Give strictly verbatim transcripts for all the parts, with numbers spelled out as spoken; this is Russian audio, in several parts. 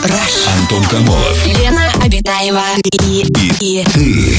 Rush. Антон Камолов. Лена Обитаева. И, и, и ты.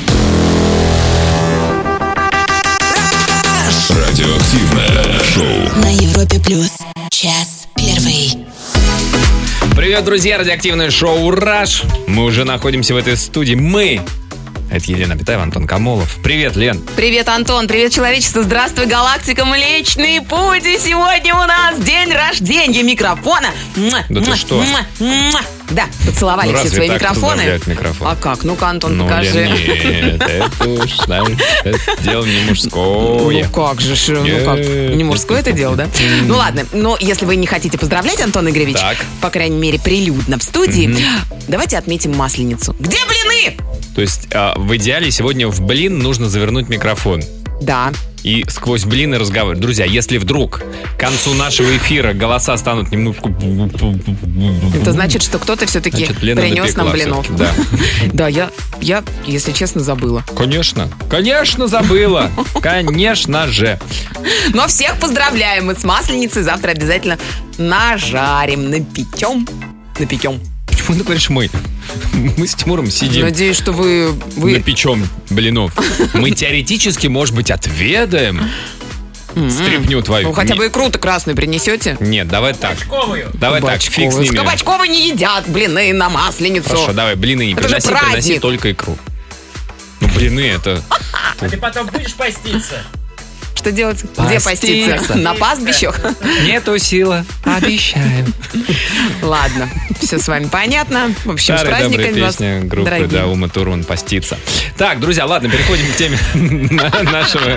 Радиоактивное шоу на Европе плюс. Час первый. Привет, друзья! Радиоактивное шоу «Раш». Мы уже находимся в этой студии. Мы... Это Елена Обитаева, Антон Камолов. Привет, Лен. Привет, Антон. Привет, человечество. Здравствуй, галактика. Млечный путь. И сегодня у нас день рождения микрофона. Да ты что? Да, поцеловали ну, все свои микрофоны. Микрофон? А как? Ну-ка, Антон, ну, покажи. Лен, нет, это уж, знаешь, это дело не мужское. Ну как же, ну как? Не мужское это дело, да? Ну ладно, но если вы не хотите поздравлять Антона Игоревича, так. по крайней мере, прилюдно в студии, mm-hmm. давайте отметим Масленицу. Где блины? То есть а, в идеале сегодня в блин нужно завернуть микрофон. Да. И сквозь блины разговаривать. Друзья, если вдруг к концу нашего эфира голоса станут немножко... Это значит, что кто-то все-таки значит, принес нам блинов. Да, да я, я, если честно, забыла. Конечно, конечно забыла. Конечно же. Но всех поздравляем мы с Масленицей. Завтра обязательно нажарим, напечем. Напечем. Почему ты говоришь мы? Мы с Тимуром сидим. Надеюсь, что вы... вы... напечем блинов. Мы теоретически, может быть, отведаем mm-hmm. стряпню твою. Ну, хотя бы икру-то красную принесете. Нет, давай так. Кабачковую. Давай так, фиг с ними. Кабачковые не едят блины на Масленицу. Хорошо, давай, блины не приноси, приноси только икру. Ну, блины это... А ты потом будешь поститься? Что делать? Где поститься? На пастбищах? Нету силы, обещаем. Ладно, все с вами понятно. В общем, старая, с праздниками вас, песня группы, дорогие. да, Ума Турман, поститься. Так, друзья, ладно, переходим к теме нашего...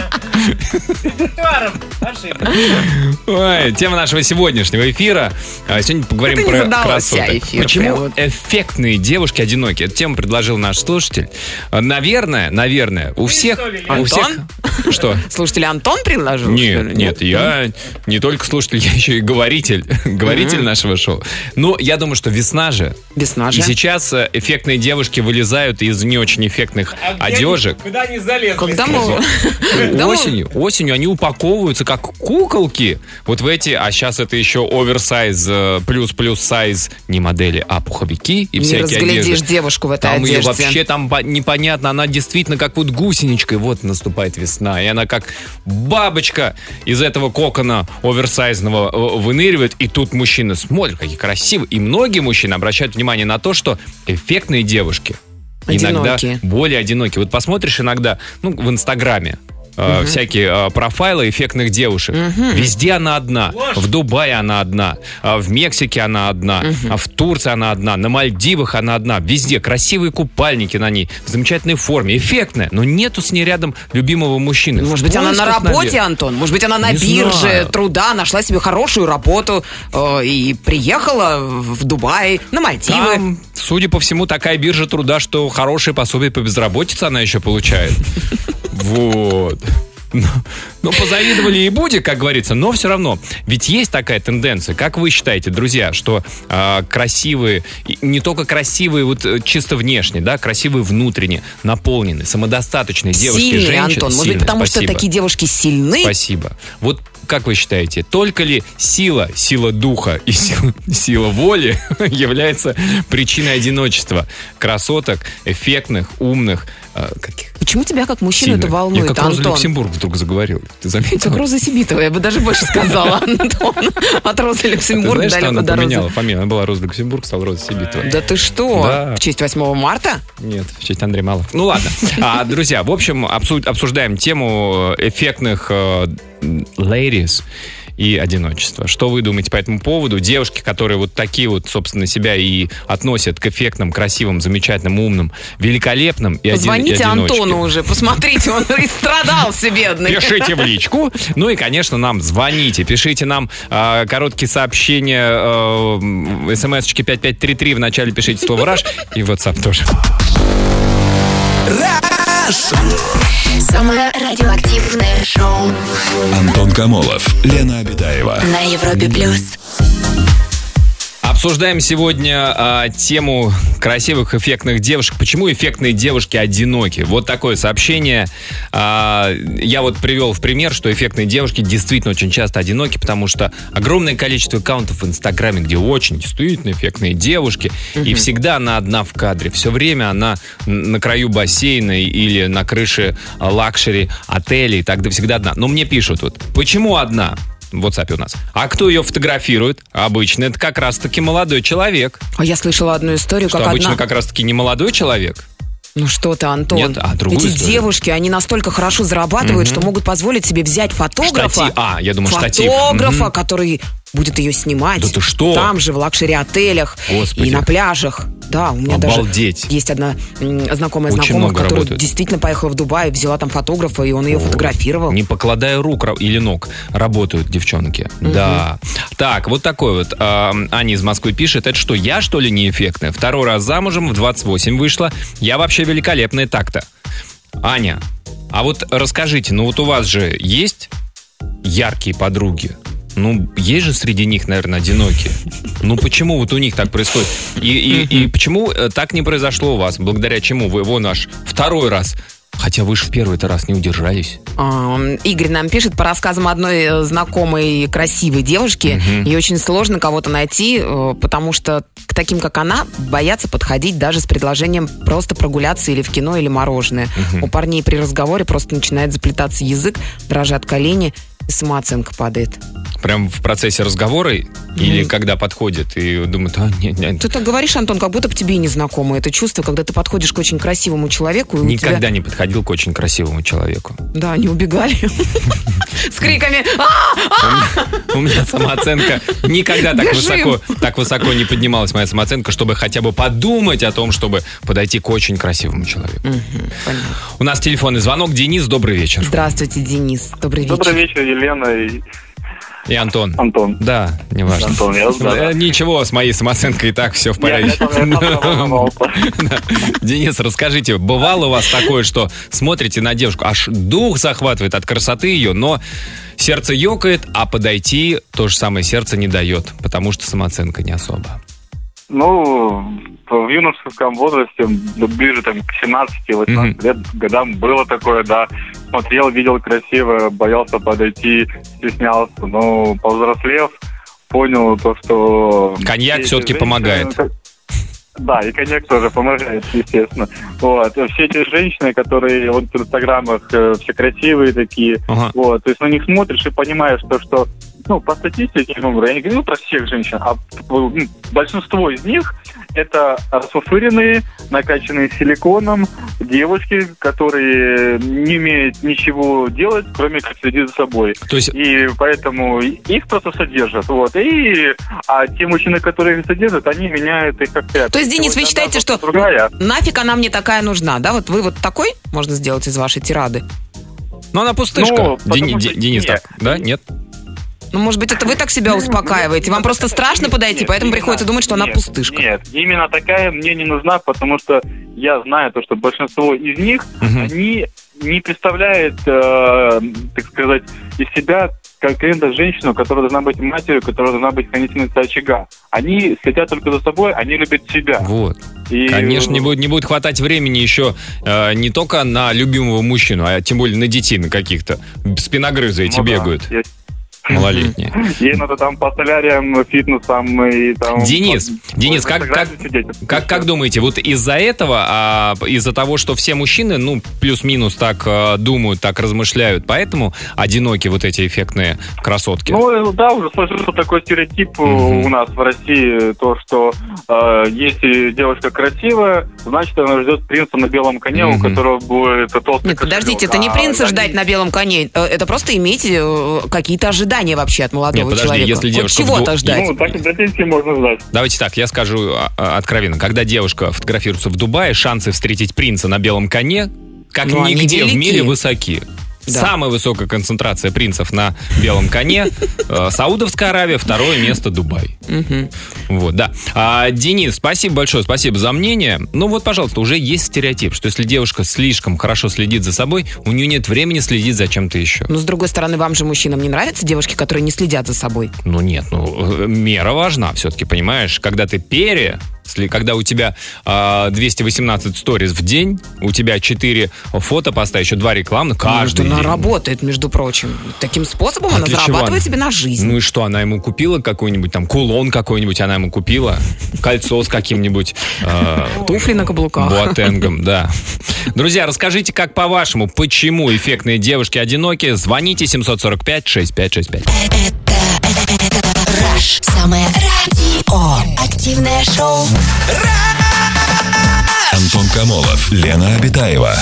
Ой, тема нашего сегодняшнего эфира. Сегодня поговорим это про красоток. Эфир, Почему вот. эффектные девушки одиноки? Эту тему предложил наш слушатель. Наверное, наверное, у всех... У всех... Что? Слушатель Антон предложил? Нет, нет, я не только слушатель, я еще и говоритель. Говоритель mm-hmm. нашего шоу. Но я думаю, что весна же. Весна же. И сейчас эффектные девушки вылезают из не очень эффектных а одежек. Куда они залезли? Когда мы... Осенью, осенью они упаковываются как куколки. Вот в эти, а сейчас это еще оверсайз, плюс-плюс сайз, не модели, а пуховики и не всякие одежды. Не разглядишь девушку в этой там одежде. Ее вообще там непонятно, она действительно как вот гусеничкой. Вот наступает весна, и она как бабочка из этого кокона оверсайзного выныривает, и тут мужчины смотрят, какие красивые. И многие мужчины обращают внимание на то, что эффектные девушки иногда одинокие. более одинокие. Вот посмотришь иногда, ну, в Инстаграме, Uh-huh. всякие uh, профайлы эффектных девушек. Uh-huh. Везде она одна. Ложь. В Дубае она одна. Uh, в Мексике она одна. Uh-huh. Uh, в Турции она одна. На Мальдивах она одна. Везде красивые купальники на ней. В замечательной форме. Эффектная. Но нету с ней рядом любимого мужчины. Может быть, она на работе, наверх. Антон? Может быть, она на Не бирже знаю. труда нашла себе хорошую работу э, и приехала в Дубай, на Мальдивы. Там, судя по всему, такая биржа труда, что хорошее пособие по безработице она еще получает. Вот. Ну, позавидовали и буде, как говорится, но все равно. Ведь есть такая тенденция. Как вы считаете, друзья, что э, красивые, не только красивые вот чисто внешне, да, красивые внутренне, наполненные, самодостаточные девушки, сильные, женщины. Антон, может сильные, быть, потому спасибо. что такие девушки сильны? Спасибо. Вот как вы считаете, только ли сила, сила духа и сила, сила воли является причиной одиночества красоток, эффектных, умных, э, каких? Почему тебя как мужчину сильных? это волнует, Я как Антон? Роза Люксембург вдруг заговорил. Ты заметил? Как Роза Сибитова, я бы даже больше сказала, Антон. От Розы Люксембург далеко до Розы. Ты знаешь, что она поменяла Розы. фамилию? Она была Роза Люксембург, стала Роза Сибитова. Да ты что? Да. В честь восьмого марта? Нет, в честь Андрея Малых. Ну ладно. А, друзья, в общем, обсуждаем тему эффектных э, ladies и одиночество. Что вы думаете по этому поводу? Девушки, которые вот такие вот, собственно, себя и относят к эффектным, красивым, замечательным, умным, великолепным и, Позвоните один, и Антону уже, посмотрите, он истрадался, бедный. Пишите в личку. Ну и, конечно, нам звоните. Пишите нам э, короткие сообщения, э, смс-очки пять пять три три. Вначале пишите слово «Раш» и в WhatsApp тоже. самое радиоактивное шоу Антон Камолов, Лена Обитаева на Европе плюс. Обсуждаем сегодня а, тему красивых, эффектных девушек. Почему эффектные девушки одиноки? Вот такое сообщение. А, я вот привел в пример, что эффектные девушки действительно очень часто одиноки, потому что огромное количество аккаунтов в Инстаграме, где очень действительно эффектные девушки, mm-hmm. и всегда она одна в кадре. Все время она на краю бассейна или на крыше лакшери отелей, так да всегда одна. Но мне пишут вот, почему одна? В WhatsApp у нас. А кто ее фотографирует? Обычно это как раз-таки молодой человек. А я слышала одну историю, что как обычно одна... как раз-таки не молодой человек. Ну что ты, Антон. Нет, а другую Эти историю. девушки, они настолько хорошо зарабатывают, Угу. что могут позволить себе взять фотографа. Штатив. А, я думаю, штатив. Фотографа, Угу. который будет ее снимать. Да ты что? Там же, в лакшери-отелях. Господи. И на пляжах. Да, у меня Обалдеть. даже есть одна м, знакомая Очень знакомая, много которая работают. действительно поехала в Дубай, взяла там фотографа, и он ее О, фотографировал. Не покладая рук или ног, работают девчонки. Угу. Да. Так, вот такой вот. Э, Аня из Москвы пишет, это что, я что ли неэффектная? Второй раз замужем, в двадцать восемь вышла. Я вообще великолепная так-то. Аня, а вот расскажите, ну вот у вас же есть яркие подруги? Ну, есть же среди них, наверное, одинокие. Ну, почему вот у них так происходит? И, и, и почему так не произошло у вас? Благодаря чему вы вон аж второй раз... Хотя вы же в первый-то раз не удержались. А, Игорь нам пишет по рассказам одной знакомой красивой девушки. Угу. Ей очень сложно кого-то найти, потому что к таким, как она, боятся подходить даже с предложением просто прогуляться или в кино, или мороженое. Угу. У парней при разговоре просто начинает заплетаться язык, дрожат колени, и самооценка падает. Прям в процессе разговора или когда подходит и думает, а, нет, нет. Ты так говоришь, Антон, как будто бы тебе незнакомо это чувство, когда ты подходишь к очень красивому человеку. И у Никогда тебя... не подходил к очень красивому человеку. Да, они убегали с криками. У меня самооценка никогда так высоко, так высоко не поднималась, моя самооценка, чтобы хотя бы подумать о том, чтобы подойти к очень красивому человеку. У нас телефонный звонок. Денис, добрый вечер. Здравствуйте, Денис. Добрый вечер. Добрый вечер, Елена и... И Антон. Антон. Да, не важно. Антон, я знаю. Ничего, с моей самооценкой и так все в порядке. Денис, расскажите, бывало у вас такое, что смотрите на девушку, аж дух захватывает от красоты ее, но сердце ёкает, а подойти то же самое сердце не дает, потому что самооценка не особо? Ну, в юношеском возрасте, ближе там, к семнадцати-восемнадцати mm-hmm. лет, годам было такое, да. Смотрел, видел красиво, боялся подойти, стеснялся. Но повзрослев, понял то, что... Коньяк все все-таки женщины, помогает. Да, и коньяк тоже помогает, естественно. Вот. Все эти женщины, которые вот в инстаграмах э, все красивые такие, ага. вот, то есть на них смотришь и понимаешь то, что, ну, по статистике, ну, я не говорю про всех женщин, а ну, большинство из них это расфуфыренные, накачанные силиконом девушки, которые не умеют ничего делать, кроме как следить за собой. То есть... И поэтому их просто содержат. Вот. И, а те мужчины, которые их содержат, они меняют их как пятки. То есть, Денис, вы считаете, что другая. нафиг она мне такая нужна, да? Вот вы вот такой можно сделать из вашей тирады? Ну, она пустышка. Ну, Дени- Д- Денис, нет. так, да? Нет? Ну, может быть, это вы так себя успокаиваете? Вам просто страшно подойти, нет, поэтому именно, приходится думать, что нет, она пустышка. Нет, именно такая мне не нужна, потому что я знаю то, что большинство из них, угу. они не представляют, э, так сказать, из себя конкретно женщину, которая должна быть матерью, которая должна быть хранительницей очага. Они следят только за собой, они любят себя. Вот. И... Конечно, не будет, не будет хватать времени еще э, не только на любимого мужчину, а тем более на детей, на каких-то. Спиногрызы эти ну, бегают. Да. Малолетние. Ей надо там по соляриям, фитнесам и там... Денис, по... Денис, как, как, как, как думаете, вот из-за этого, а, из-за того, что все мужчины, ну, плюс-минус так а, думают, так размышляют, поэтому одиноки вот эти эффектные красотки? Ну, да, уже сложился такой стереотип mm-hmm. у нас в России, то, что э, если девушка красивая, значит, она ждет принца на белом коне, mm-hmm. у которого будет толстый Нет, подождите, это не принца а, ждать они... на белом коне, это просто иметь какие-то ожидания вообще от молодого Нет, подожди, человека. Если вот девушка чего-то вду... ждать. Ну, так и до пенсии можно ждать. Давайте так, я скажу а, откровенно. Когда девушка фотографируется в Дубае, шансы встретить принца на белом коне, как ну, нигде в мире, высоки. Да. Самая высокая концентрация принцев на белом коне. Саудовская Аравия, второе место Дубай. Вот, да. А, Денис, спасибо большое, спасибо за мнение. Ну вот, пожалуйста, уже есть стереотип, что если девушка слишком хорошо следит за собой, у нее нет времени следить за чем-то еще. Но, с другой стороны, вам же, мужчинам, не нравятся девушки, которые не следят за собой? Ну нет, ну мера важна все-таки, понимаешь? Когда ты пере... Когда у тебя э, двести восемнадцать сториз в день, у тебя четыре фото поставить, еще два рекламных, каждый Она день. работает, между прочим. Таким способом А она для чего зарабатывает она? себе на жизнь. Ну и что, она ему купила какой-нибудь там кулон какой-нибудь, она ему купила кольцо с каким-нибудь э, Туфли на каблуках. буатенгом, да. Друзья, расскажите, как по-вашему, почему эффектные девушки одинокие? Звоните семь сорок пять шестьдесят пять шестьдесят пять. Раш. Самое радио. Активное шоу. Антон Камолов, Лена Обитаева.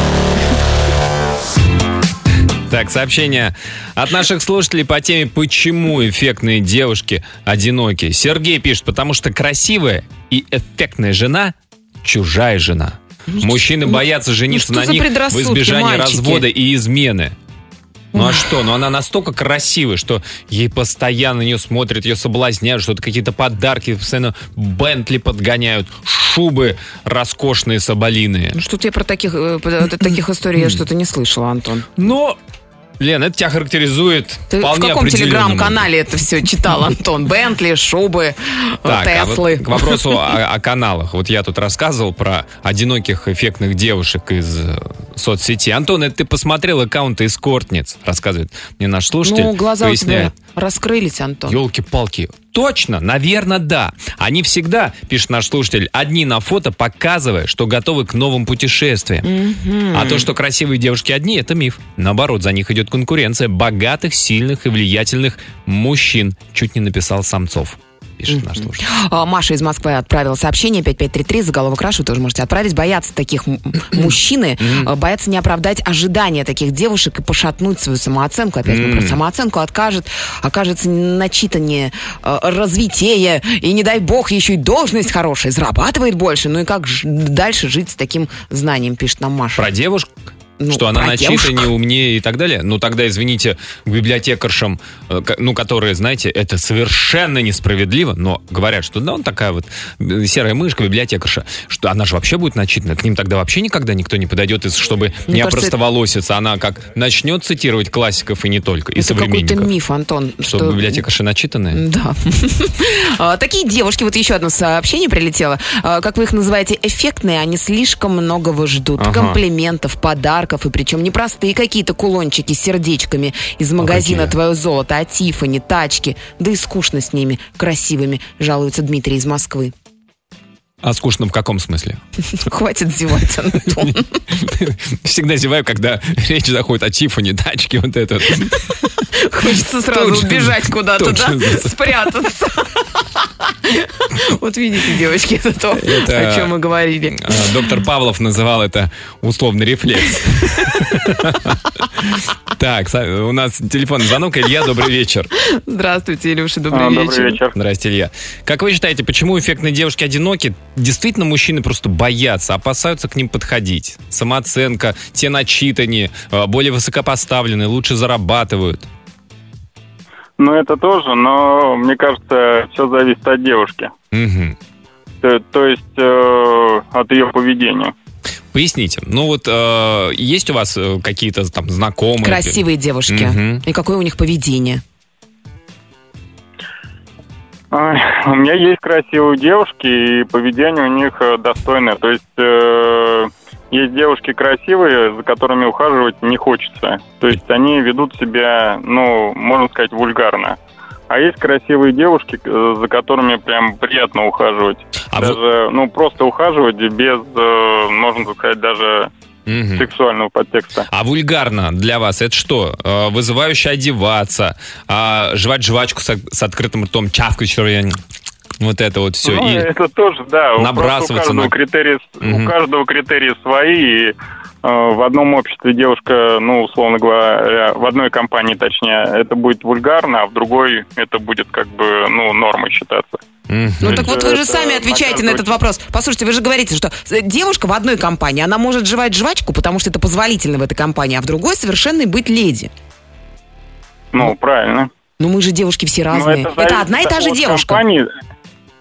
Так, сообщение от наших слушателей по теме «Почему эффектные девушки одиноки?» Сергей пишет: потому что красивая и эффектная жена – чужая жена. Мужчины ну, боятся жениться ну, на за них в предрассудки, избежание мальчики? развода и измены. Ну а что? Ну она настолько красивая, что ей постоянно на нее смотрят, ее соблазняют, что-то какие-то подарки, постоянно Бентли подгоняют, шубы роскошные соболиные. Ну, что-то я про таких, э, про таких историй я что-то не слышала, Антон. Но, Лен, это тебя характеризует Ты в вполне каком определенным. телеграм-канале это все читал, Антон? Бентли, шубы, Так, а вот Теслы. к вопросу о, о каналах. Вот я тут рассказывал про одиноких эффектных девушек из э, соцсети. Антон, это ты посмотрел аккаунты эскортниц? Рассказывает мне наш слушатель. Ну, глаза поясняет. у тебя раскрылись, Антон. Ёлки-палки. Точно, наверное, да. Они всегда, пишет наш слушатель, одни на фото, показывая, что готовы к новым путешествиям. Mm-hmm. А то, что красивые девушки одни, это миф. Наоборот, за них идет конкуренция богатых, сильных и влиятельных мужчин. Чуть не написал самцов. Пишет наш слушатель. А, Маша из Москвы отправила сообщение пять пять три три, заголовок Раш, вы тоже можете отправить. Боятся таких м- мужчины, а, боятся не оправдать ожидания таких девушек и пошатнуть свою самооценку. Опять мы про самооценку откажет, окажется начитаннее, а, развитее, и не дай бог еще и должность хорошая, зарабатывает больше. Ну и как ж- дальше жить с таким знанием, пишет нам Маша. Про девушку? Ну, что она про начитаннее, девушек. умнее и так далее. Ну, тогда, извините, к библиотекаршам, э, к- ну, которые, знаете, это совершенно несправедливо, но говорят, что да, он такая вот э, серая мышка, библиотекарша, что она же вообще будет начитана. К ним тогда вообще никогда никто не подойдет, и чтобы Мне не кажется, опростоволоситься. Она как начнет цитировать классиков и не только, и Это какой-то современников. миф, Антон. Что, библиотекарши начитанные? Да. А, Такие девушки, вот еще одно сообщение прилетело. А, Как вы их называете, эффектные, они слишком многого ждут. Ага. Комплиментов, подарков, и причем не простые какие-то кулончики с сердечками из магазина какие? «Твое золото», а Тиффани, тачки. Да и скучно с ними красивыми, жалуется Дмитрий из Москвы. А скучно в каком смысле? Хватит зевать, Антон. Всегда зеваю, когда речь заходит о Тиффани, тачке, вот это. Хочется сразу Тут же- убежать куда-то, тут да? же- Спрятаться. Вот видите, девочки, это то, Это- о чем мы говорили. А, Доктор Павлов называл это условный рефлекс. Так, Са- у нас телефонный звонок. Илья, добрый вечер. Здравствуйте, Илюша, добрый А, вечер. Добрый вечер. Здрасте, Илья. Как вы считаете, почему эффектные девушки одиноки? Действительно, мужчины просто боятся, опасаются к ним подходить. Самооценка, те начитаннее, э, более высокопоставленные, лучше зарабатывают. Ну, это тоже, но мне кажется, все зависит от девушки. Мгм. То, то есть э, от ее поведения. Поясните. Ну вот э, есть у вас э, какие-то там знакомые? Красивые девушки. Мгм. И какое у них поведение? Ай, у меня есть красивые девушки, и поведение у них э, достойное. То есть э, есть девушки красивые, за которыми ухаживать не хочется. То есть они ведут себя, ну, можно сказать, вульгарно. А есть красивые девушки, э, за которыми прям приятно ухаживать. А даже, ну, просто ухаживать без, э, можно сказать, даже Мгм. сексуального подтекста. А вульгарно для вас это что? Э, Вызывающе одеваться, а, жевать жвачку с, с открытым ртом, чавкать, что я... Вот это вот все. Ну, И это тоже, да. набрасываться Просто у каждого, на- критерии, Мгм. у каждого критерии свои. И, э, в одном обществе девушка, ну, условно говоря, в одной компании, точнее, это будет вульгарно, а в другой это будет как бы, ну, нормой считаться. Мгм. Ну так вот вы же это сами отвечаете на наказывать. этот вопрос. Послушайте, вы же говорите, что девушка в одной компании, она может жевать жвачку, потому что это позволительно в этой компании, а в другой совершенно быть леди. Ну, правильно. Но мы же девушки все Но разные. Это, зависит одна и та же от девушка. компании.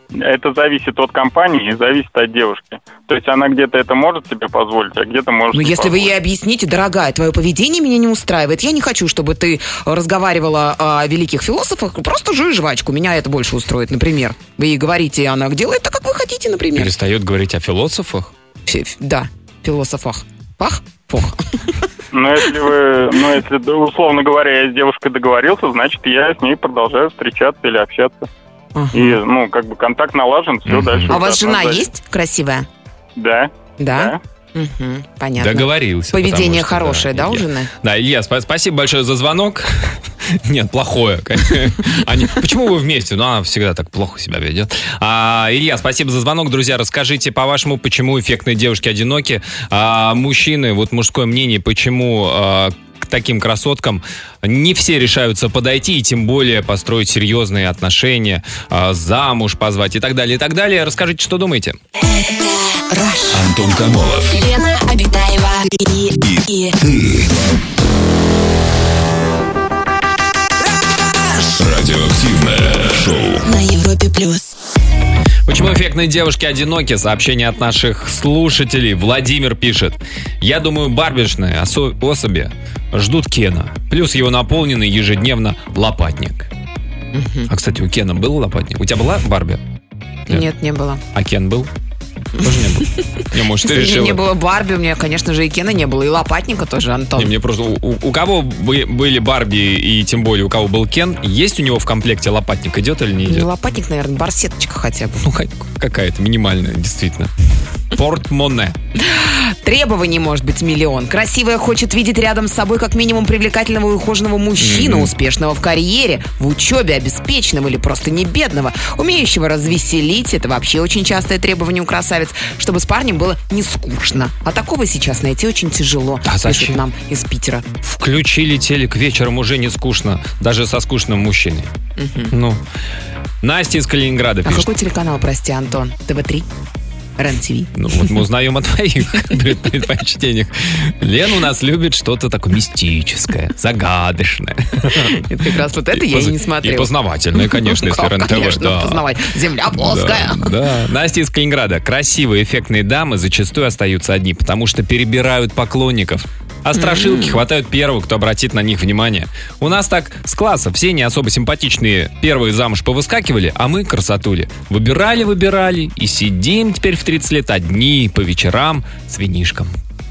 это зависит от компании и зависит от девушки. То есть она где-то это может себе позволить, а где-то может Ну, не если вы позволить. ей объясните, дорогая, твое поведение меня не устраивает, я не хочу, чтобы ты разговаривала о великих философах, просто жуй жвачку, меня это больше устроит, например. Вы ей говорите, и она делает так, как вы хотите, например. Перестает говорить о философах? Фи- Да, философах. Пах? Фох. Но если вы, ну, если, условно говоря, я с девушкой договорился, значит, я с ней продолжаю встречаться или общаться. Ага. И, ну, как бы контакт налажен, все, Мгм. дальше. А у уже вас от жена нас зависит. есть красивая? Да. Да? Мгм, понятно. Договорился. Поведение потому что, хорошее, да, у Илья? жены? Да, Илья, спа- спасибо большое за звонок. Нет, плохое. Они, почему вы вместе? Ну, она всегда так плохо себя ведет. А, Илья, спасибо за звонок. Друзья, расскажите, по-вашему, почему эффектные девушки одиноки? А, мужчины, вот мужское мнение, почему а, к таким красоткам не все решаются подойти и тем более построить серьезные отношения, а, замуж позвать и так далее, и так далее. Расскажите, что думаете? Антон Камолов. Лена Обитаева и, и, и. Радиоактивное шоу. На Европе плюс. Почему эффектные девушки одиноки? Сообщение от наших слушателей. Владимир пишет. Я думаю, барбишные осо- особи ждут Кена. Плюс его наполненный ежедневно лопатник. А, кстати, у Кена был лопатник? У тебя была Барби? Нет. Нет, не было. А Кен был? Тоже не был. Не, может, ты Если решила... не было Барби, у меня, конечно же, и Кена не было, и лопатника тоже, Антон. Не, мне просто... У, у- у кого бы- были Барби и тем более у кого был Кен, есть у него в комплекте лопатник? Идет или не Не идет? лопатник, наверное, барсеточка хотя бы. Ну, хоть какая-то минимальная, действительно. Портмоне. Требований может быть миллион. Красивая хочет видеть рядом с собой как минимум привлекательного и ухоженного мужчину, Мгм. успешного в карьере, в учебе, обеспеченного или просто не бедного, умеющего развеселить. Это вообще очень частое требование у красавиц, чтобы с парнем было не скучно. А такого сейчас найти очень тяжело. Да пишет зачем? нам из Питера. Включили телек вечером, уже не скучно. Даже со скучным мужчиной. Ну. Настя из Калининграда А пишет. какой телеканал, прости, Антон? ТВ три? РЕН-ТВ? Ну вот мы узнаем о твоих пред- предпочтениях. Лена у нас любит что-то такое мистическое, загадочное. Это как раз вот это я и поз- не смотрела. И познавательное, конечно, если Как, РЕН-ТВ. конечно, да. познавать. Земля плоская. Да, да. Настя из Калининграда. Красивые, эффектные дамы зачастую остаются одни, потому что перебирают поклонников. А страшилки хватают первого, кто обратит на них внимание. У нас так с класса все не особо симпатичные первые замуж повыскакивали, а мы красотули. Выбирали-выбирали и сидим теперь в тридцать лет одни по вечерам с винишком.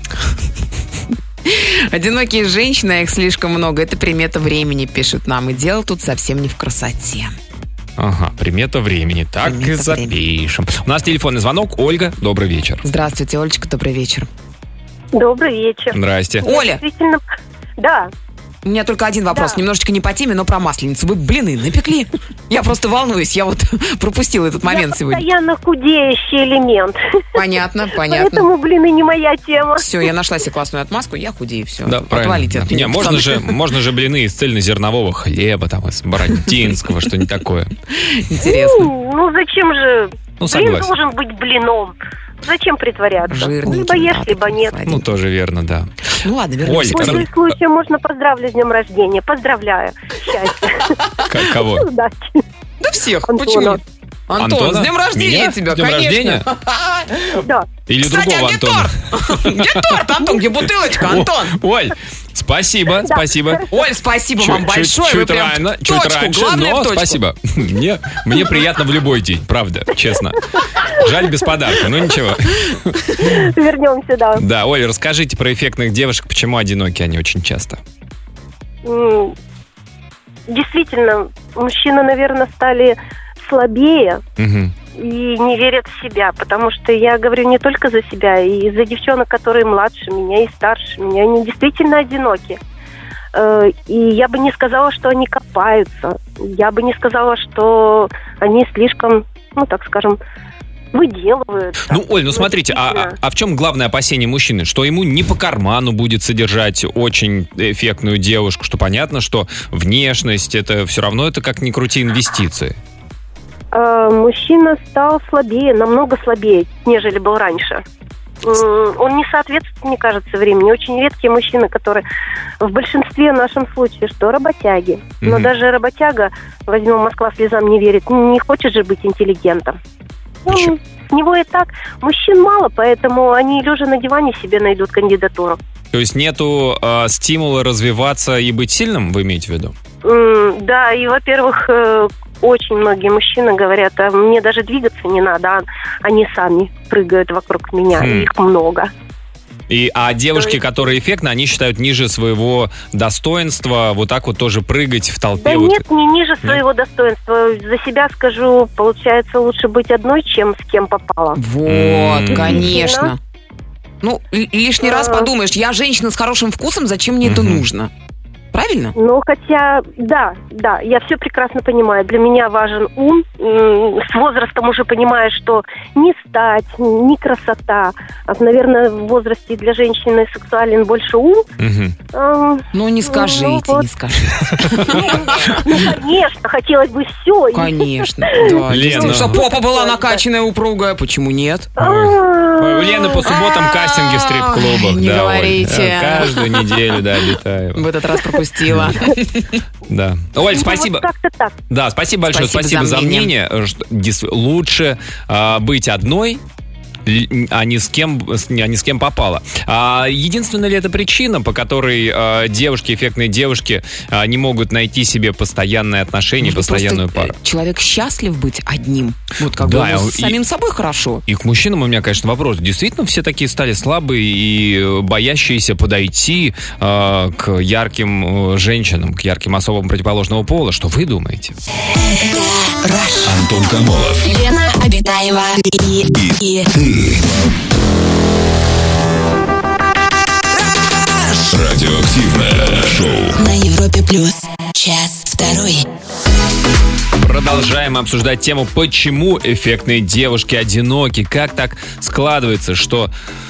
Одинокие женщины, а их слишком много. Это примета времени, пишут нам. И дело тут совсем не в красоте. Ага, примета времени. Так Примета и запишем. У нас телефонный звонок. Ольга, добрый вечер. Здравствуйте, Олечка, добрый вечер. Добрый вечер. Здрасте. Оля, Действительно, да. у меня только один вопрос, Да. немножечко не по теме, но про масленицу. Вы блины напекли? Я просто волнуюсь, я вот пропустила этот момент Я сегодня. постоянно худеющий элемент. Понятно, понятно. Поэтому, блин, и не моя тема. Все, я нашла себе классную отмазку, я худею, все. Да, правильно. Отвалите от Не, меня, можно же, пацаны. можно же блины из цельнозернового хлеба, там, из бородинского, что-нибудь такое. Интересно. Ну, ну зачем же? Ну, Блин согласен. должен быть блином. Зачем притворяться? Жирненьким, Либо ешь, да, либо таким нет. сладеньким. Ну, тоже верно, да. Ну ладно, Оль, вернемся. к Оль, теме. Пользуясь случаем, можно поздравить с днем рождения. Поздравляю. Счастья. К- кого? Удачи. Да всех, Антона. почему нет? Антон, Антона? с днем рождения Меня? тебя, С днем конечно. рождения? Да. Или Кстати, другого а где Антона? торт? Где торт, Антон? Где бутылочка, Антон? О, Оль, спасибо, спасибо. Оль, спасибо Чуть- вам чуть- большое. Вы Чуть прям рано, в чуть точку, раньше, главное, в но точку. спасибо. Мне, мне приятно в любой день, правда, честно. Жаль без подарка, но ничего. Вернемся, да. Да, Оля, расскажите про эффектных девушек, почему одиноки они очень часто. М, Действительно, мужчины, наверное, стали слабее Мгм. и не верят в себя, потому что я говорю не только за себя, и за девчонок, которые младше меня и старше меня, они действительно одиноки. Э, И я бы не сказала, что они копаются, я бы не сказала, что они слишком, ну, так скажем, выделывают. Ну, Оль, ну смотрите, а, а- а в чем главное опасение мужчины? Что ему не по карману будет содержать очень эффектную девушку, что понятно, что внешность, это все равно, это как ни крути инвестиции. Э, Мужчина стал слабее, намного слабее, нежели был раньше. он не соответствует, мне кажется, времени. Очень редкие мужчины, которые в большинстве в нашем случае, что работяги. Но mm-hmm. даже работяга, возьмем, Москва слезам не верит, не хочет же быть интеллигентом. Ну, с него и так мужчин мало, поэтому они, лежа на диване, себе найдут кандидатуру. То есть нету э, стимула развиваться и быть сильным, вы имеете в виду? Mm, да, и, во-первых, э, очень многие мужчины говорят, а мне даже двигаться не надо, а они сами прыгают вокруг меня, хм. их много. И, а девушки, которые эффектны, они считают ниже своего достоинства вот так вот тоже прыгать в толпе. Да вот. Нет, не ниже своего нет? достоинства. За себя скажу, получается, лучше быть одной, чем с кем попало. Вот, mm-hmm. конечно. Ну, лишний раз подумаешь, я женщина с хорошим вкусом, зачем мне mm-hmm. это нужно? Правильно? Ну, хотя, да, да, я все прекрасно понимаю. Для меня важен ум. С возрастом уже понимаешь, что не стать, не красота. А, наверное, в возрасте для женщины сексуален больше ум. Угу. А, ну, не скажите, ну, вот. не скажите. Ну, конечно, хотелось бы все. Конечно, да. Лена. Чтобы попа была накачанная, упругая, почему нет? У Лены по субботам кастинги в стрип-клубах. Не говорите. Каждую неделю, да, летаю. В этот раз пропустила. Да. Оль, спасибо. Вот как-то так. Да, спасибо большое. Спасибо, спасибо за мнение. мнение. Лучше а, быть одной, а не с кем, а не с кем попало. А, единственная ли это причина, по которой а, девушки, эффектные девушки, а, не могут найти себе постоянные отношения, может, постоянную пару? Человек счастлив быть одним. Вот как да, бы с самим собой хорошо. И к мужчинам у меня, конечно, вопрос. Действительно, все такие стали слабые и боящиеся подойти а, к ярким а, женщинам, к ярким особам противоположного пола. Что вы думаете? Антон Камолов, Лена Обитаева и, и, и ты. Радиоактивное шоу на Европе плюс. Час второй. Продолжаем обсуждать тему, почему эффектные девушки одиноки. Как так складывается, что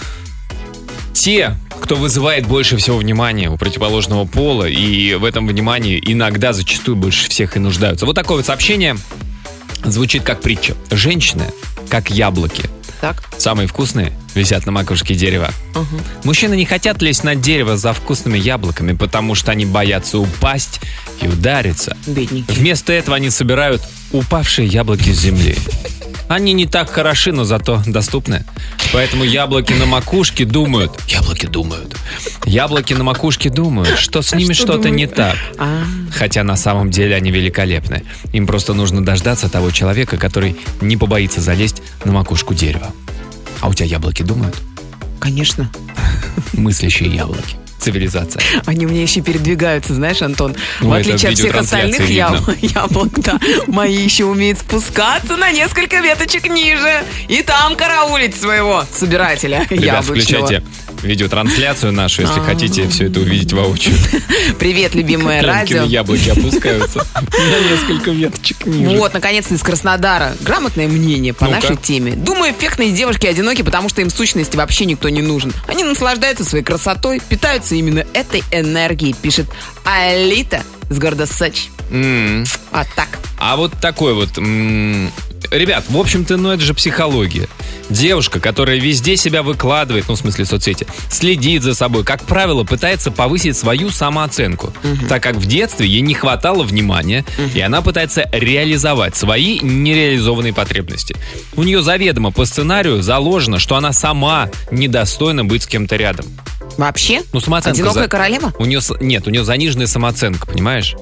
те, кто вызывает больше всего внимания у противоположного пола, и в этом внимании иногда зачастую больше всех и нуждаются. Вот такое вот сообщение звучит как притча. Женщины, как яблоки. Так. Самые вкусные висят на макушке дерева. Угу. Мужчины не хотят лезть на дерево за вкусными яблоками, потому что они боятся упасть и удариться. Бедненькие. Вместо этого они собирают упавшие яблоки с земли. Они не так хороши, но зато доступны. Поэтому яблоки на макушке думают... Яблоки думают. Яблоки на макушке думают, что с ними что что-то не так. А. Хотя на самом деле они великолепны. Им просто нужно дождаться того человека, который не побоится залезть на макушку дерева. А у тебя яблоки думают? Конечно. Мыслящие яблоки. Цивилизация. Они у меня еще передвигаются, знаешь, Антон. Ну, в отличие от всех остальных яб... яблок, да, мои еще умеют спускаться на несколько веточек ниже и там караулить своего собирателя Ребят, яблочного. включайте видеотрансляцию нашу, если А-а-а. хотите все это увидеть воочию. Привет, любимое радио. Яблоки опускаются на несколько веточек ниже. Вот, наконец-то из Краснодара. Грамотное мнение по Ну-ка. нашей теме. Думаю, эффектные девушки одиноки, потому что им в сущности вообще никто не нужен. Они наслаждаются своей красотой, питаются именно этой энергией, пишет Алита с города Сочи. М-м. А так. А вот такой вот... м- Ребят, в общем-то, ну это же психология. Девушка, которая везде себя выкладывает, ну в смысле соцсети, следит за собой, как правило, пытается повысить свою самооценку, Мгм. так как в детстве ей не хватало внимания, и она пытается реализовать свои нереализованные потребности. У нее заведомо по сценарию заложено, что она сама недостойна быть с кем-то рядом. Вообще? Ну, самооценка Одинокая за- королева? У нее с- нет, у нее заниженная самооценка, понимаешь?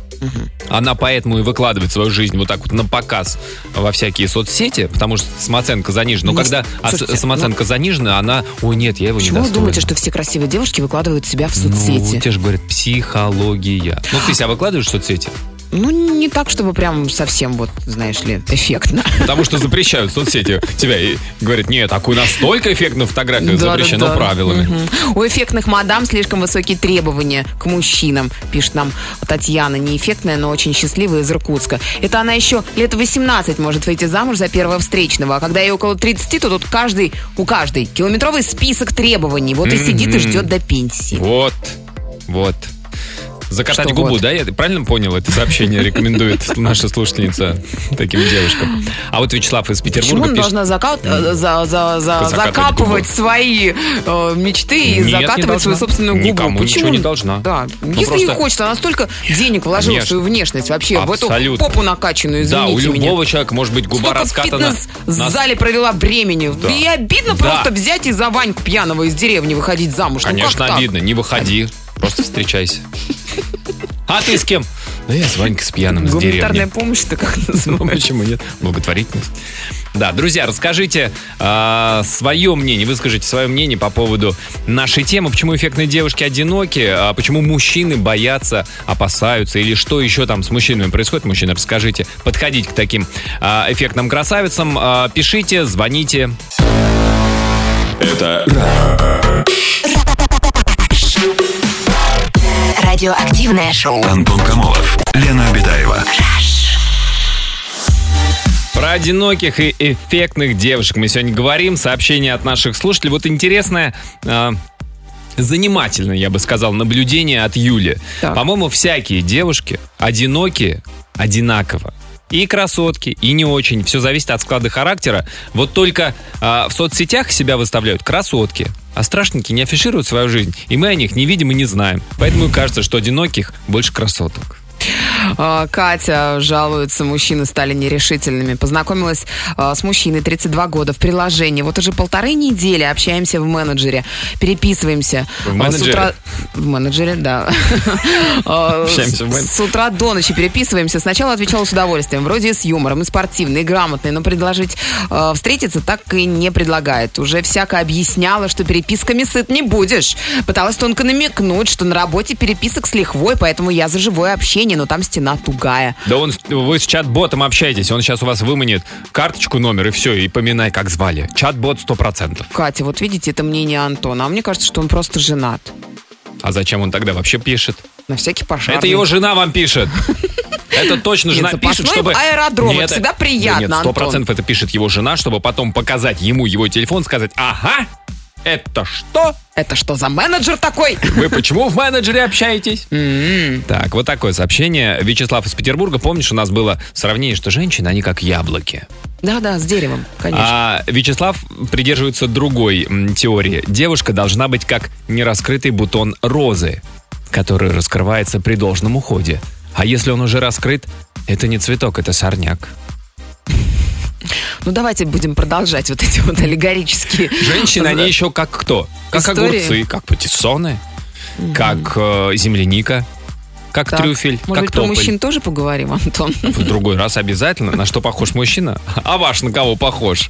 Она поэтому и выкладывает свою жизнь вот так вот на показ во всякие соцсети, потому что самооценка занижена. Но Ну, когда слушайте, от- самооценка занижена, она, ой, нет, я его не Почему вы достойна. думаете, что все красивые девушки выкладывают себя в Ну, соцсети? тебе же говорят, психология. Ну, ты себя выкладываешь в соцсети? Ну, не так, чтобы прям совсем, вот, знаешь ли, эффектно. Потому что запрещают соцсети тебя и говорят, нет, такую настолько эффектную фотографию Да, запрещено да, да. правилами. Мгм. У эффектных мадам слишком высокие требования к мужчинам, пишет нам Татьяна, не эффектная, но очень счастливая из Иркутска. Это она еще лет восемнадцать может выйти замуж за первого встречного, а когда ей около тридцати, то тут каждый, у каждой километровый список требований. Вот и сидит и ждет до пенсии. Вот, вот. Закатать что губу, вот. да? Я правильно понял? Это сообщение рекомендует наша слушательница таким девушкам. А вот Вячеслав из Петербурга Почему она пишет... должна закат- э, за- за- за- Закатывать закапывать губу. свои э, мечты и Нет, не закатывать должна. свою собственную губу? Никому Почему? ничего не должна. Да. Ну, Если просто- не хочет, она столько денег вложила Конечно. в свою внешность вообще, Абсолютно. в эту попу накачанную, Да, извините у меня. любого человека может быть губа Столько раскатана. в фитнес-зале провела времени. Да. И обидно Да. просто взять и за Ваньку пьяного из деревни выходить замуж. Ну, как Конечно, так? обидно. Не выходи. Просто встречайся. А ты с кем? Да я с Ванькой с пьяным из Гуманитарная деревни. помощь-то как Ну, называется? почему нет? Благотворительность. Да, друзья, расскажите э, свое мнение, выскажите свое мнение по поводу нашей темы. Почему эффектные девушки одиноки, а почему мужчины боятся, опасаются, или что еще там с мужчинами происходит. Мужчины, расскажите. Подходите к таким э, эффектным красавицам. Э, пишите, звоните. Это Радиоактивное шоу. Антон Камолов, Лена Обедаева. Про одиноких и эффектных девушек мы сегодня говорим. Сообщение от наших слушателей. Вот интересное, э, занимательное, я бы сказал, наблюдение от Юли. Так. По-моему, всякие девушки одинокие одинаково. И красотки, и не очень. Все зависит от склада характера. Вот только э, в соцсетях себя выставляют красотки, а страшненькие не афишируют свою жизнь. И мы о них не видим и не знаем. Поэтому кажется, что одиноких больше красоток. А, Катя жалуется, мужчины стали нерешительными. Познакомилась а, с мужчиной, тридцать два года, в приложении. Вот уже полторы недели общаемся в менеджере, переписываемся. В А, менеджере? С утра... В менеджере, да. А, Общаемся в менеджере. С утра до ночи переписываемся. Сначала отвечала с удовольствием, вроде и с юмором, и спортивный, и грамотный, но предложить а, встретиться так и не предлагает. Уже всяко объясняла, что переписками сыт не будешь. Пыталась тонко намекнуть, что на работе переписок с лихвой, поэтому я за живое общение, но там стена тугая. Да он, вы с чат-ботом общаетесь, он сейчас у вас выманит карточку, номер и все, и поминай, как звали. Чат-бот сто процентов. Катя, вот видите, это мнение Антона. А мне кажется, что он просто женат. А зачем он тогда вообще пишет? На всякий пожарный. Это его жена вам пишет. Это точно жена Нет, пишет, запасной чтобы... аэродром, Нет, это всегда да приятно, Нет, сто процентов это пишет его жена, чтобы потом показать ему его телефон, сказать: ага, это что? Это что за менеджер такой? Вы почему в менеджере общаетесь? Так, вот такое сообщение. Вячеслав из Петербурга. Помнишь, у нас было сравнение, что женщины, они как яблоки. Да-да, с деревом, конечно. А Вячеслав придерживается другой м, теории. Девушка должна быть как нераскрытый бутон розы, который раскрывается при должном уходе. А если он уже раскрыт, это не цветок, это сорняк. Ну, давайте будем продолжать вот эти вот аллегорические... Женщины, они еще как кто? Как Истории. огурцы, как патиссоны, как э, земляника, как Так, трюфель, может как быть, про тополь. мужчин тоже поговорим, Антон? В другой раз обязательно. На что похож мужчина? А ваш на кого похож?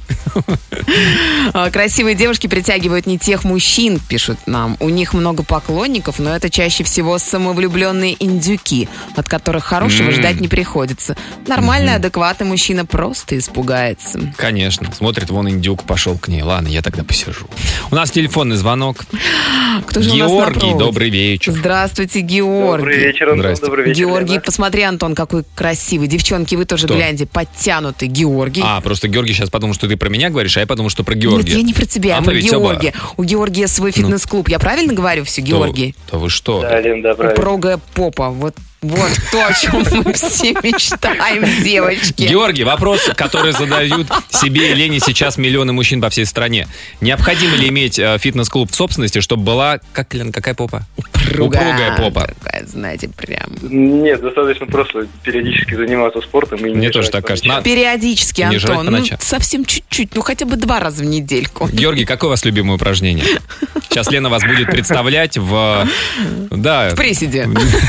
А, Красивые девушки притягивают не тех мужчин, пишут нам. У них много поклонников, но это чаще всего самовлюбленные индюки, от которых хорошего М. ждать не приходится. Нормальный, адекватный мужчина просто испугается. Конечно. Смотрит, вон индюк пошел к ней. Ладно, я тогда посижу. У нас телефонный звонок. Кто же у нас на Георгий, проводе? добрый вечер. Здравствуйте, Георгий. Добрый вечер, Антон, Здрасте. добрый вечер. Георгий, Лена. посмотри, Антон, какой красивый. Девчонки, вы тоже Кто? гляньте, подтянутый. Георгий. А, просто Георгий сейчас подумал, что ты про меня говоришь, а я подумал, что про Георгия. Нет, я не про тебя, А я мы про ведь оба- Георгия. У Георгия свой фитнес-клуб. Я правильно говорю все, То- Георгий? То вы что? Да, Лен, да, правильно. Упругая попа. Вот, вот то, о чем мы все мечтаем, девочки. Георгий, вопрос, который задают себе и Лене сейчас миллионы мужчин по всей стране. Необходимо ли иметь э, фитнес-клуб в собственности, чтобы была... Как, Лен, какая попа? Упругая попа. Такая, знаете, прям. Нет, достаточно просто периодически заниматься спортом. И не Мне мешать тоже так по кажется. ночам. На- Периодически, Не жрать Антон. по Ну, ночам. совсем чуть-чуть. Ну, хотя бы два раза в недельку. Георгий, какое у вас любимое упражнение? Сейчас Лена вас будет представлять в... Да, В приседе.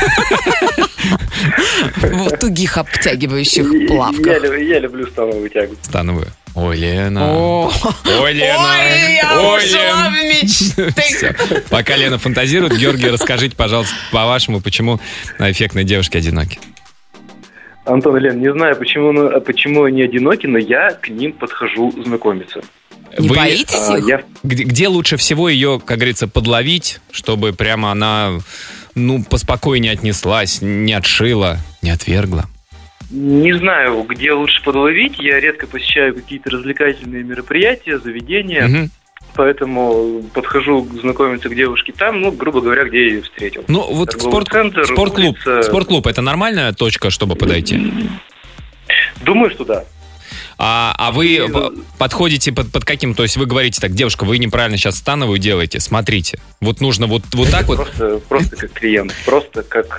В тугих обтягивающих Я, плавках. лю- я люблю становую тягу. становую. Ой, Лена. О, Ой, Лена. Ой, я Ой, ушла Лен. в мечты. Всё. Пока Лена фантазирует, Георгий, расскажите, пожалуйста, по-вашему, почему эффектные девушки одиноки? Антон и Лен, не знаю, почему, ну, почему они одиноки, но я к ним подхожу знакомиться. Не Вы- боитесь А, их? я Где, где лучше всего ее, как говорится, подловить, чтобы прямо она, ну, поспокойнее отнеслась, не отшила, не отвергла? не знаю, где лучше подловить. Я редко посещаю какие-то развлекательные мероприятия, заведения. Мгм. поэтому подхожу знакомиться к девушке там, ну, грубо говоря, где я ее встретил. Ну, вот спорт, центр, спортклуб, улица... спортклуб – это нормальная точка, чтобы подойти? Думаю, что да. А, а вы и... подходите под, под каким? То есть вы говорите так: девушка, вы неправильно сейчас становую делаете, смотрите. Вот нужно вот, вот так вот? Просто, просто как клиент, просто как...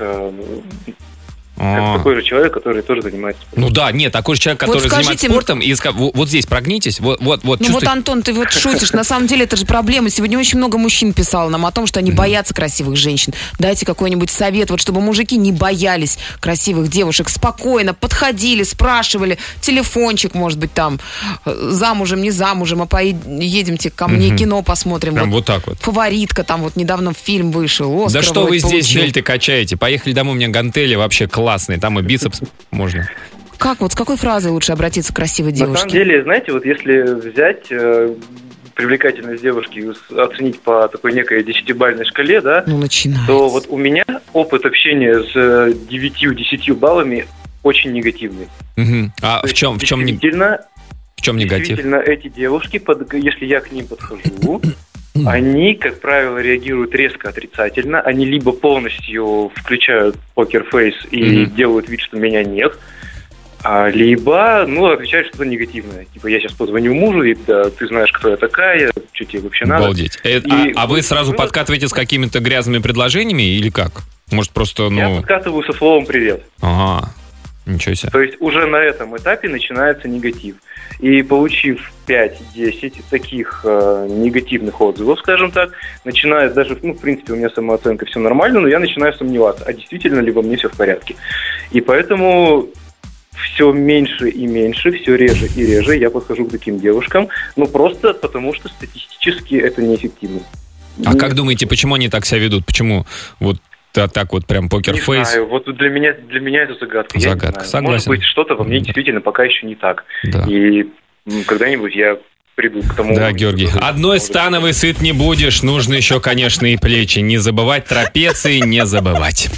Как такой же человек, который тоже занимается спортом. Ну да, нет, такой же человек, который вот скажите, занимается спортом, и вот, вот здесь прогнитесь, вот, вот, вот. Ну вот, Антон, ты вот шутишь, на самом деле это же проблема. Сегодня очень много мужчин писало нам о том, что они боятся красивых женщин. Дайте какой-нибудь совет, вот чтобы мужики не боялись красивых девушек, спокойно подходили, спрашивали, телефончик, может быть, там, замужем, не замужем, а поедемте ко мне, угу. кино посмотрим. Прям вот, вот так вот. Фаворитка, там вот недавно фильм вышел, Оскар. Да что вы получил. здесь дельты качаете? Поехали домой, у меня гантели вообще классные. Классный, там и бицепс можно. Как вот, с какой фразой лучше обратиться к красивой девушке? На самом деле, знаете, вот если взять э, привлекательность девушки и оценить по такой некой десятибалльной шкале, да, ну, начинается. То вот у меня опыт общения с девятью-десятью баллами очень негативный. Угу. А в чем, в чем, действительно, в чем негатив? Действительно, эти девушки, под, если я к ним подхожу, они, как правило, реагируют резко отрицательно. Они либо полностью включают покерфейс и mm-hmm. делают вид, что меня нет, а, либо, ну, отвечают что-то негативное. Типа, я сейчас позвоню мужу, и да, ты знаешь, кто я такая, что тебе вообще надо. Обалдеть. И, а, а вы сразу ну, подкатываете с какими-то грязными предложениями или как? Может, просто, ну... Я подкатываю со словом «привет». Ага. Ничего себе. То есть уже на этом этапе начинается негатив. И получив пять-десять таких э, негативных отзывов, скажем так, начинает даже, ну, в принципе, у меня самооценка все нормально, но я начинаю сомневаться, а действительно ли во мне все в порядке. И поэтому все меньше и меньше, все реже и реже я подхожу к таким девушкам, ну, просто потому что статистически это неэффективно. А не... как думаете, почему они так себя ведут? Почему вот а так вот прям покерфейс? Не знаю, вот для меня, для меня это загадка. Загадка, согласен. Может быть, что-то во мне действительно пока еще не так. Да. И когда-нибудь я приду к тому... Да, Георгий, одной становой сыт не будешь, нужно еще, конечно, и плечи. Не забывать трапеции, не забывать.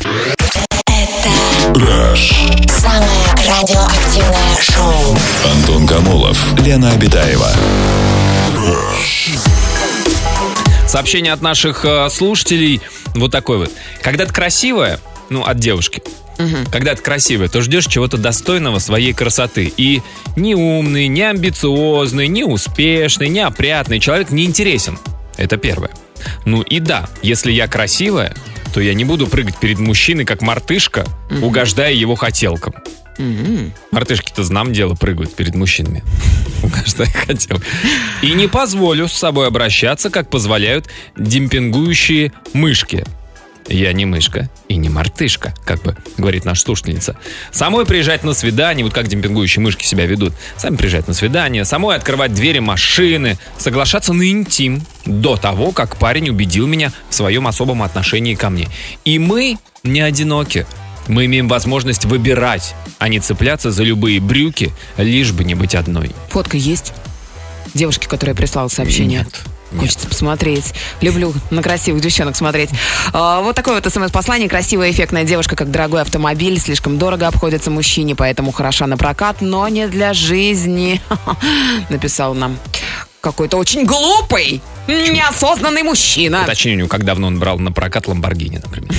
Это самое радиоактивное шоу. Антон Камолов, Лена Обитаева. Сообщение от наших э, слушателей вот такое вот. Когда ты красивая, ну, от девушки, угу. когда ты красивая, то ждешь чего-то достойного своей красоты. И ни умный, ни амбициозный, ни успешный, ни опрятный человек не интересен. Это первое. Ну и да, если я красивая, то я не буду прыгать перед мужчиной, как мартышка, угу. угождая его хотелкам. Mm-hmm. Мартышки-то, знам дело, прыгают перед мужчинами. Угождая хотел. И не позволю с собой обращаться, как позволяют демпингующие мышки. Я не мышка и не мартышка, как бы говорит наша слушательница. Самой приезжать на свидание, вот как демпингующие мышки себя ведут. Сами приезжать на свидание, самой открывать двери машины, соглашаться на интим до того, как парень убедил меня в своем особом отношении ко мне. И мы не одиноки. Мы имеем возможность выбирать, а не цепляться за любые брюки, лишь бы не быть одной. Фотка есть? Девушки, которая прислала сообщение. Нет. Хочется Нет. посмотреть. Люблю на красивых девчонок смотреть. А, вот такое вот смс-послание. Красивая, эффектная девушка, как дорогой автомобиль. Слишком дорого обходится мужчине, поэтому хороша на прокат, но не для жизни. Написал нам какой-то очень глупый, неосознанный мужчина. Уточнению, как давно он брал на прокат Ламборгини, например.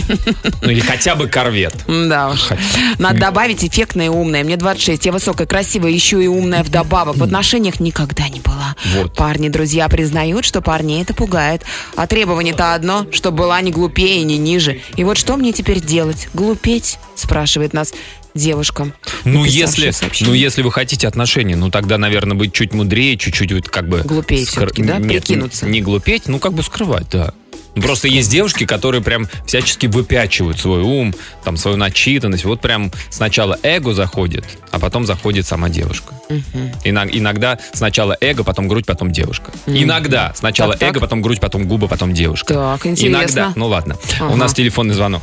Ну или хотя бы корвет. Да уж. Надо добавить эффектная и умная. Мне двадцать шесть, я высокая, красивая, еще и умная вдобавок. В отношениях никогда не была. Вот. Парни, друзья признают, что парней это пугает. А требование-то одно, чтобы была не глупее и не ниже. И вот что мне теперь делать? Глупеть? Спрашивает нас девушка. Ну если, ну, если вы хотите отношений, ну, тогда, наверное, быть чуть мудрее, чуть-чуть вот как бы... Глупее скр... все-таки, да? Нет, прикинуться. Не глупеть, ну, как бы скрывать, да. Просто есть девушки, которые прям всячески выпячивают свой ум, там, свою начитанность. Вот прям сначала эго заходит, а потом заходит сама девушка. Uh-huh. Иногда сначала эго, потом грудь, потом девушка. Uh-huh. Иногда сначала так, эго, так. потом грудь, потом губы, потом девушка. Так, интересно. Иногда, ну ладно. Uh-huh. У нас телефонный звонок.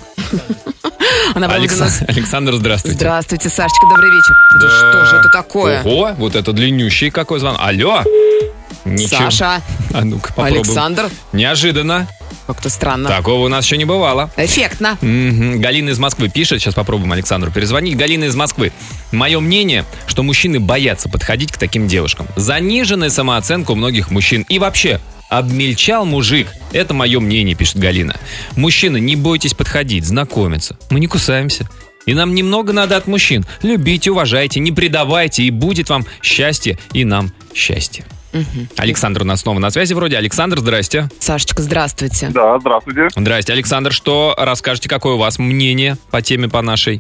Она Алекс... нас... Александр, здравствуйте. Здравствуйте, Сашечка, добрый вечер. Да, да что же это такое? Ого, вот это длиннющий какой звонок. Алло. Ничего. Саша. А ну-ка, попробуем. Александр. Неожиданно. Как-то странно. Такого у нас еще не бывало. Эффектно. Mm-hmm. Галина из Москвы пишет. Сейчас попробуем Александру перезвонить. Галина из Москвы. Мое мнение, что мужчины боятся подходить к таким девушкам. Заниженная самооценка у многих мужчин. И вообще, Обмельчал мужик. Это мое мнение, пишет Галина. Мужчины, не бойтесь подходить, знакомиться. Мы не кусаемся. И нам немного надо от мужчин. Любите, уважайте, не предавайте, и будет вам счастье, и нам счастье. Угу. Александр у нас снова на связи вроде. Александр, здрасте. Сашечка, здравствуйте. Да, здравствуйте. Здрасте, Александр. Что расскажете, какое у вас мнение по теме, по нашей?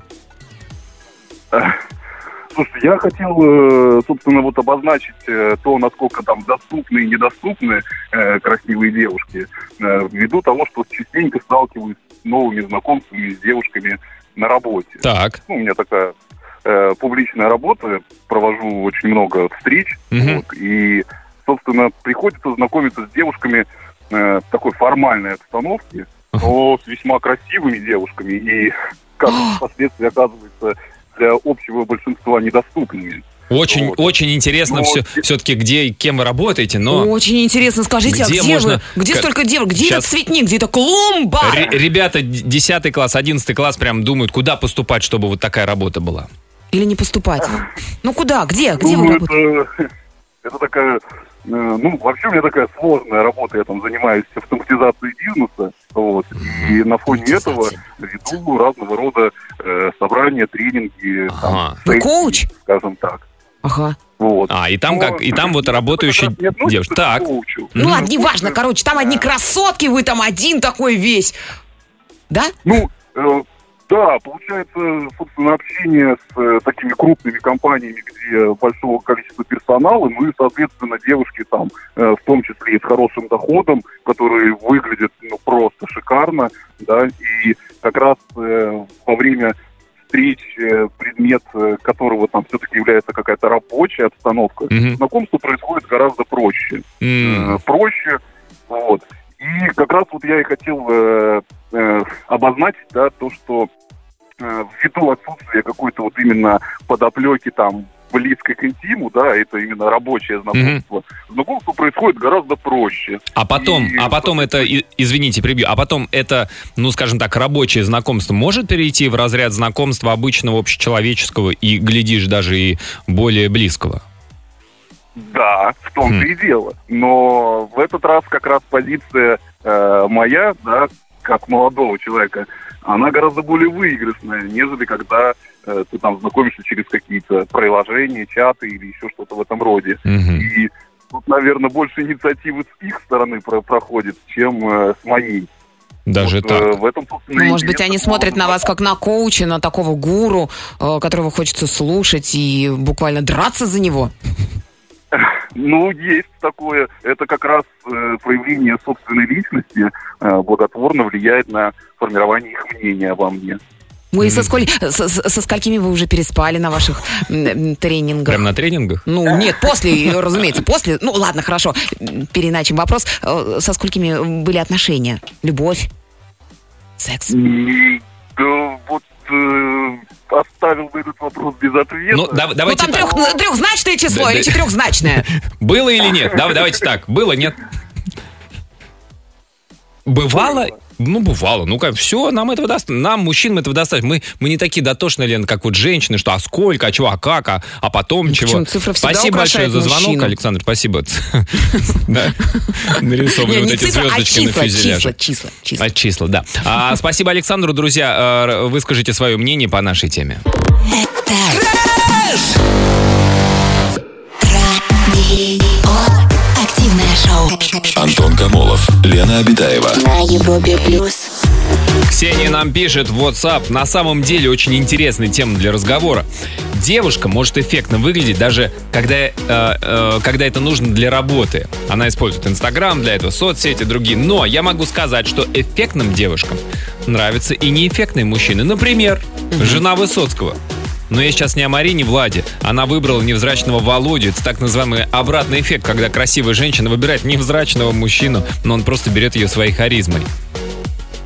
Слушайте, я хотел, собственно, вот обозначить то, насколько там доступны и недоступны красивые девушки, ввиду того, что частенько сталкиваюсь с новыми знакомствами с девушками на работе. Так. Ну, у меня такая э, публичная работа, провожу очень много встреч, угу. вот, и, собственно, приходится знакомиться с девушками э, в такой формальной обстановке, но с весьма красивыми девушками, и, как впоследствии оказывается, для общего большинства недоступными. Очень, вот. очень интересно но... все, все-таки, где и кем вы работаете, но... Очень интересно. Скажите, где а где можно... вы? Где К... столько девушек? Где Сейчас... этот цветник? Где это клумба? Р- ребята, десятый класс, одиннадцатый класс прям думают, куда поступать, чтобы вот такая работа была. Или не поступать? Ну куда? Где? Где ну, вы это, работаете? Это такая... Ну, вообще у меня такая сложная работа. Я там занимаюсь автоматизацией бизнеса. Вот, и на фоне этого веду разного рода э, собрания, тренинги. Ага. Там, Вы коуч? Скажем так. Ага. Вот. А, и там, Но, как, и там вот работающие девушки. Так. Ну ладно, неважно, короче, там одни красотки, вы там один такой весь. Да? Ну, э, да, получается, собственно, общение с э, такими крупными компаниями, где большого количества персонала, ну и, соответственно, девушки там, э, в том числе и с хорошим доходом, которые выглядят, ну, просто шикарно, да, и как раз э, во время встреч, э, предмет э, которого там все-таки является какая-то рабочая обстановка, Mm-hmm. знакомство происходит гораздо проще. Mm. Э, проще, вот. И как раз вот я и хотел э, э, обозначить, да, то, что э, ввиду отсутствия какой-то вот именно подоплеки там близкой к интиму, да, это именно рабочее знакомство, mm-hmm. знакомство происходит гораздо проще. А потом, и, а потом это, и, извините, прибью, а потом это, ну, скажем так, рабочее знакомство может перейти в разряд знакомства обычного общечеловеческого и, глядишь, даже и более близкого? Да, в том-то и дело. Но в этот раз как раз позиция э, моя, да, как молодого человека, она гораздо более выигрышная, нежели когда э, ты там знакомишься через какие-то приложения, чаты или еще что-то в этом роде. Mm-hmm. И тут, наверное, больше инициативы с их стороны про- проходит, чем э, с моей. Даже вот, так. Э, в этом, Ну, может быть, они смотрят на вас как на коуча, на такого гуру, э, которого хочется слушать и буквально драться за него? Ну, есть такое. Это как раз э, проявление собственной личности э, благотворно влияет на формирование их мнения обо мне. Вы со, сколь... со, со сколькими вы уже переспали на ваших м, тренингах? Прям на тренингах? Ну, нет, после, разумеется, после. Ну, ладно, хорошо, переначим вопрос. Со сколькими были отношения? Любовь? Секс? И, да, вот э, оставил бы этот вопрос без ответа. Ну, да, давайте ну там так. трех, трехзначное число Да, или да. четырехзначное? Было или нет? Давай, давайте так. Было, нет? Бывало? Ну, бывало. Ну, как, все, нам этого достаточно. Нам, мужчинам, этого достаточно. Мы, мы не такие дотошные, Лен, как вот женщины, что а сколько, а чего, а как, а, а потом Ну, чего. причем цифра всегда Спасибо большое украшает за звонок, мужчину. Александр, спасибо. Да. Нарисованы Не, вот не эти цифра, а звездочки на числа, фюзеляже. числа, числа, числа. А, числа, да. А, спасибо Александру, друзья. А, выскажите свое мнение по нашей теме. Активное шоу Антон Камолов, Лена Обитаева. на Европе плюс. Ксения нам пишет в WhatsApp. На самом деле очень интересная тема для разговора. Девушка может эффектно выглядеть, даже когда, э, э, когда это нужно для работы. Она использует Инстаграм для этого, соцсети, другие. Но я могу сказать, что эффектным девушкам нравятся и неэффектные мужчины. Например, жена Высоцкого. Но я сейчас не о Марине Владе. Она выбрала невзрачного Володю. Это так называемый обратный эффект, когда красивая женщина выбирает невзрачного мужчину, но он просто берет ее своей харизмой.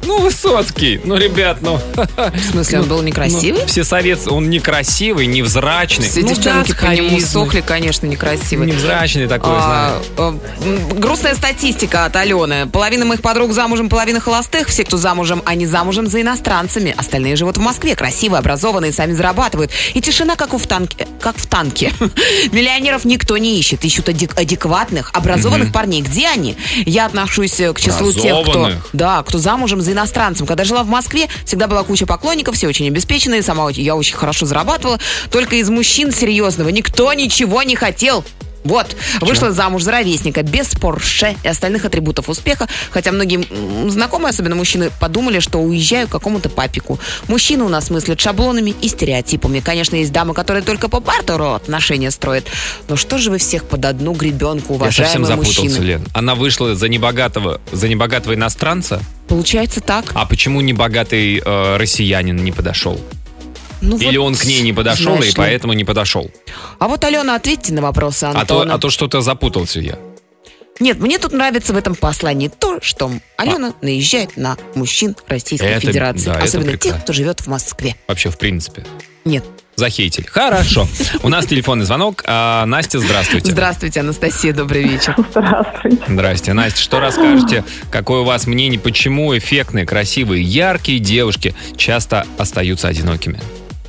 Ну, Высоцкий. Ну, ребят, ну... В смысле, он был некрасивый? Ну, все советские, он некрасивый, невзрачный. Все ну, девчонки да, по нему харизмой. сохли, конечно, некрасивый. Невзрачный такой, а, а, грустная статистика от Алены. Половина моих подруг замужем, половина холостых. Все, кто замужем, они замужем за иностранцами. Остальные живут в Москве, красивые, образованные, сами зарабатывают. И тишина, как, у в, танке, как в танке. Миллионеров никто не ищет. Ищут адек- адекватных, образованных mm-hmm. парней. Где они? Я отношусь к числу тех, кто, да, кто замужем за иностранцем. Когда жила в Москве, всегда была куча поклонников, все очень обеспеченные, сама я очень хорошо зарабатывала. Только из мужчин серьезного никто ничего не хотел. Вот, вышла замуж за ровесника, без Порше и остальных атрибутов успеха, хотя многие знакомые, особенно мужчины, подумали, что уезжаю к какому-то папику. Мужчины у нас мыслят шаблонами и стереотипами. Конечно, есть дамы, которые только по бартеру отношения строят. Но что же вы всех под одну гребенку, уважаемые мужчины? Я совсем запутался, Лен. Она вышла за небогатого, за небогатого иностранца? Получается так. А почему небогатый э, россиянин не подошел? Ну Или вот, он к ней не подошел, и ли. поэтому не подошел? А вот, Алена, ответьте на вопросы Антона. А то, а то что-то запутался я. Нет, мне тут нравится в этом послании то, что Алена а. наезжает на мужчин Российской это, Федерации. Да, особенно тех, кто живет в Москве. Вообще, в принципе. Нет. Захейтили. Хорошо. У нас телефонный звонок. Настя, здравствуйте. Здравствуйте, Анастасия, добрый вечер. Здравствуйте. Здрасте. Настя, что расскажете? Какое у вас мнение? Почему эффектные, красивые, яркие девушки часто остаются одинокими?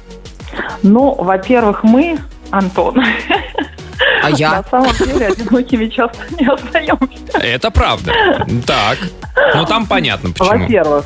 Ну, во-первых, мы, Антон, а я? на самом деле одинокими часто не остаемся. Это правда. Так. Ну, там понятно, почему. Во-первых,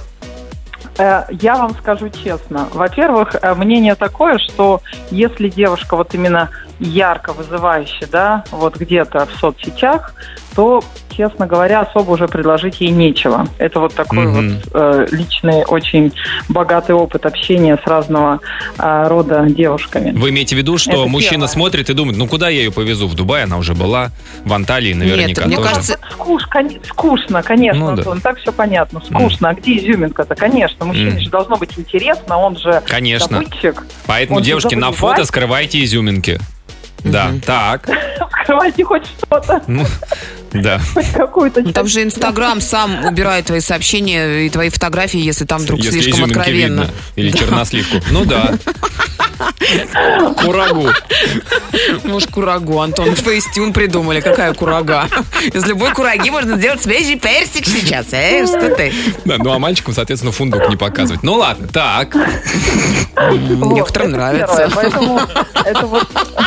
я вам скажу честно. Во-первых, мнение такое, что если девушка вот именно ярко вызывающая, да, вот где-то в соцсетях, то, честно говоря, особо уже предложить ей нечего. Это вот такой mm-hmm. вот э, личный, очень богатый опыт общения с разного э, рода девушками. Вы имеете в виду, что Это мужчина первое. смотрит и думает, ну куда я ее повезу? В Дубай она уже была, в Анталии наверняка. Нет, мне тоже. кажется... Скучно, скучно, конечно, ну, Антон, да. так все понятно. Скучно. Mm. А где изюминка-то? Конечно, мужчине mm. же должно быть интересно, он же конечно. Добытчик. Поэтому, он девушки, на фото скрывайте изюминки. Да, mm-hmm. так. Скрывайте хоть что-то. Ну, да. Хоть какую-то. Ну, там же Инстаграм сам убирает твои сообщения и твои фотографии, если там вдруг если слишком откровенно. Видно. Или да. черносливку. Ну да. Курагу. Может, курагу, Антон. Фейстюн придумали. Какая курага? Из любой кураги можно сделать свежий персик сейчас. Эй, что ты? Да, ну а мальчикам, соответственно, фундук не показывать. Ну ладно, так. Вот, некоторым нравится. Первое, поэтому это вот...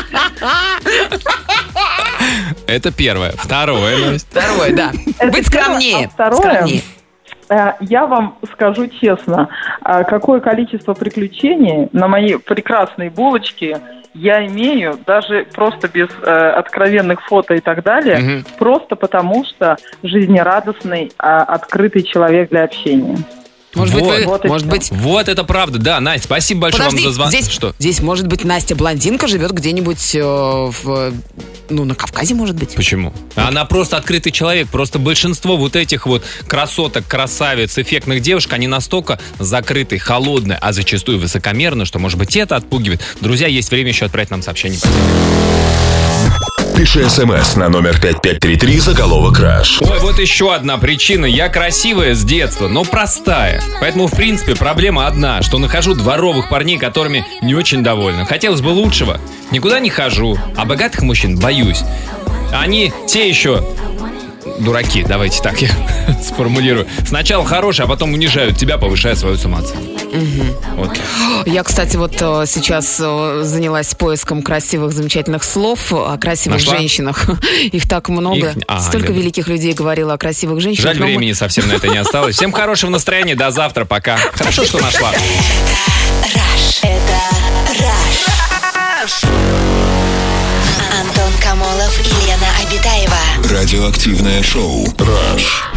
Это первое. Второе. Второе, да. Это Быть скромнее. А второе, скромнее. Я вам скажу честно, какое количество приключений на моей прекрасной булочке я имею, даже просто без э, откровенных фото и так далее, угу. просто потому что жизнерадостный, э, открытый человек для общения. Может вот, быть, вы, вот, может быть... вот это правда, да, Настя, спасибо большое Подожди, вам за звонок. Здесь, что? здесь, может быть, Настя блондинка живет где-нибудь э, в... Ну, на Кавказе, может быть. Почему? Она просто открытый человек. Просто большинство вот этих вот красоток, красавиц, эффектных девушек, они настолько закрытые, холодные, а зачастую высокомерные, что, может быть, это отпугивает. Друзья, есть время еще отправить нам сообщение. Пиши смс на номер пять пять три три, заголовок «Краш». Ой, вот еще одна причина. Я красивая с детства, но простая. Поэтому, в принципе, проблема одна, что нахожу дворовых парней, которыми не очень довольна. Хотелось бы лучшего. Никуда не хожу, а богатых мужчин боюсь. Они те еще... дураки, давайте так я сформулирую. Сначала хорошие, а потом унижают тебя, повышая свою самооценку. Угу. Вот. Я, кстати, вот сейчас занялась поиском красивых, замечательных слов о красивых Нашла? женщинах. Их так много. Их... А, Столько Лена. великих людей говорило о красивых женщинах. Жаль, времени мы... совсем на это не осталось. Всем хорошего настроения, до завтра, пока. Хорошо, что нашла. Это Раш. Антон Камолов и Лена Обитаева. Радиоактивное шоу «Раш».